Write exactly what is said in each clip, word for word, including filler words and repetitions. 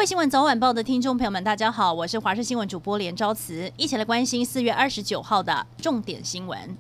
位新闻早晚报的听众朋友们，大家好，我是华视新闻主播连昭慈，一起来关心四月二十九号的重点新闻。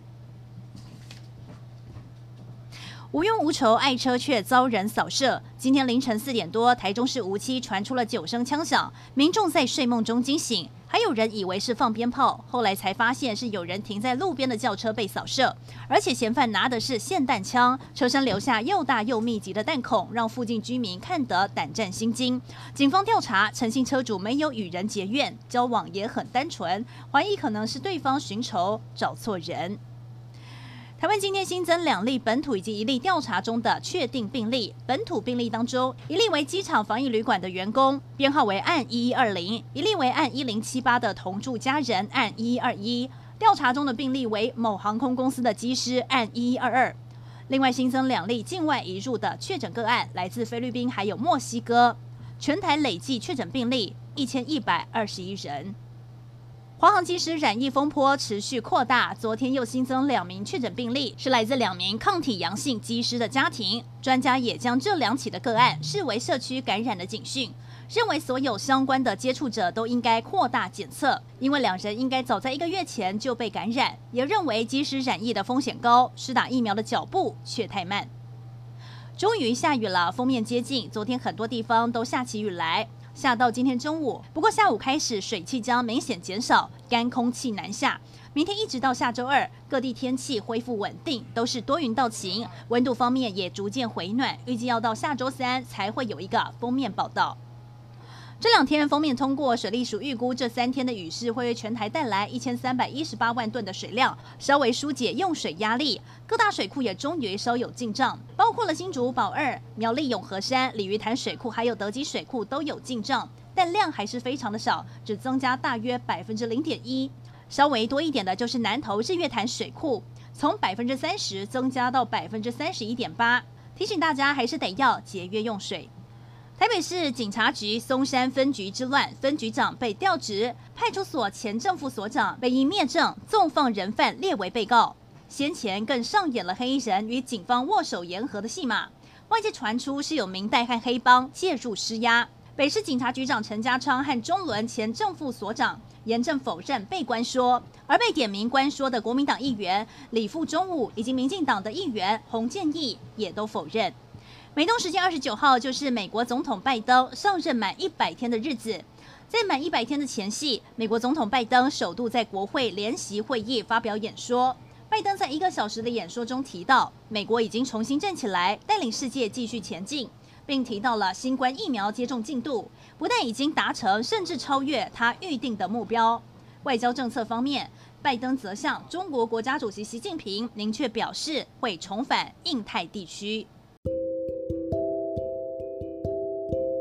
无冤无仇，爱车却遭人扫射。今天凌晨四点多，台中市梧栖传出了九声枪响，民众在睡梦中惊醒，还有人以为是放鞭炮，后来才发现是有人停在路边的轿车被扫射，而且嫌犯拿的是霰弹枪，车身留下又大又密集的弹孔，让附近居民看得胆战心惊。警方调查，陈姓车主没有与人结怨，交往也很单纯，怀疑可能是对方寻仇找错人。台湾今天新增两例本土以及一例调查中的确定病例。本土病例当中，一例为机场防疫旅馆的员工，编号为案一一二零；一例为案一零七八的同住家人，案一一二一。调查中的病例为某航空公司的机师，案一一二二。另外新增两例境外移入的确诊个案，来自菲律宾还有墨西哥。全台累计确诊病例一千一百二十一人。华航机师染疫风波持续扩大，昨天又新增两名确诊病例，是来自两名抗体阳性机师的家庭。专家也将这两起的个案视为社区感染的警讯，认为所有相关的接触者都应该扩大检测，因为两人应该早在一个月前就被感染。也认为机师染疫的风险高，施打疫苗的脚步却太慢。终于下雨了，锋面接近，昨天很多地方都下起雨来。下到今天中午，不过下午开始水汽将明显减少，干空气南下。明天一直到下周二，各地天气恢复稳定，都是多云到晴，温度方面也逐渐回暖，预计要到下周三才会有一个锋面报道。这两天锋面通过，水利署预估这三天的雨势会为全台带来一千三百一十八万吨的水量，稍微疏解用水压力。各大水库也终于稍有进账，包括了新竹宝二、苗栗永和山、鲤鱼潭水库还有德基水库都有进账，但量还是非常的少，只增加大约百分之零点一。稍微多一点的就是南投日月潭水库，从百分之三十增加到百分之三十一点八。提醒大家还是得要节约用水。台北市警察局松山分局之乱，分局长被调职，派出所前正副所长被因灭证、纵放人犯列为被告。先前更上演了黑衣人与警方握手言和的戏码，外界传出是有明代和黑帮介入施压。北市警察局长陈家昌和中伦前正副所长严正否认被关说，而被点名关说的国民党议员李富中武以及民进党的议员洪建义也都否认。美东时间二十九号就是美国总统拜登上任满一百天的日子，在满一百天的前夕，美国总统拜登首度在国会联席会议发表演说。拜登在一个小时的演说中提到，美国已经重新站起来，带领世界继续前进，并提到了新冠疫苗接种进度，不但已经达成，甚至超越他预定的目标。外交政策方面，拜登则向中国国家主席习近平明确表示会重返印太地区。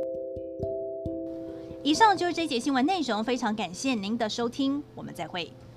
以上就是这一节新闻内容，非常感谢您的收听，我们再会。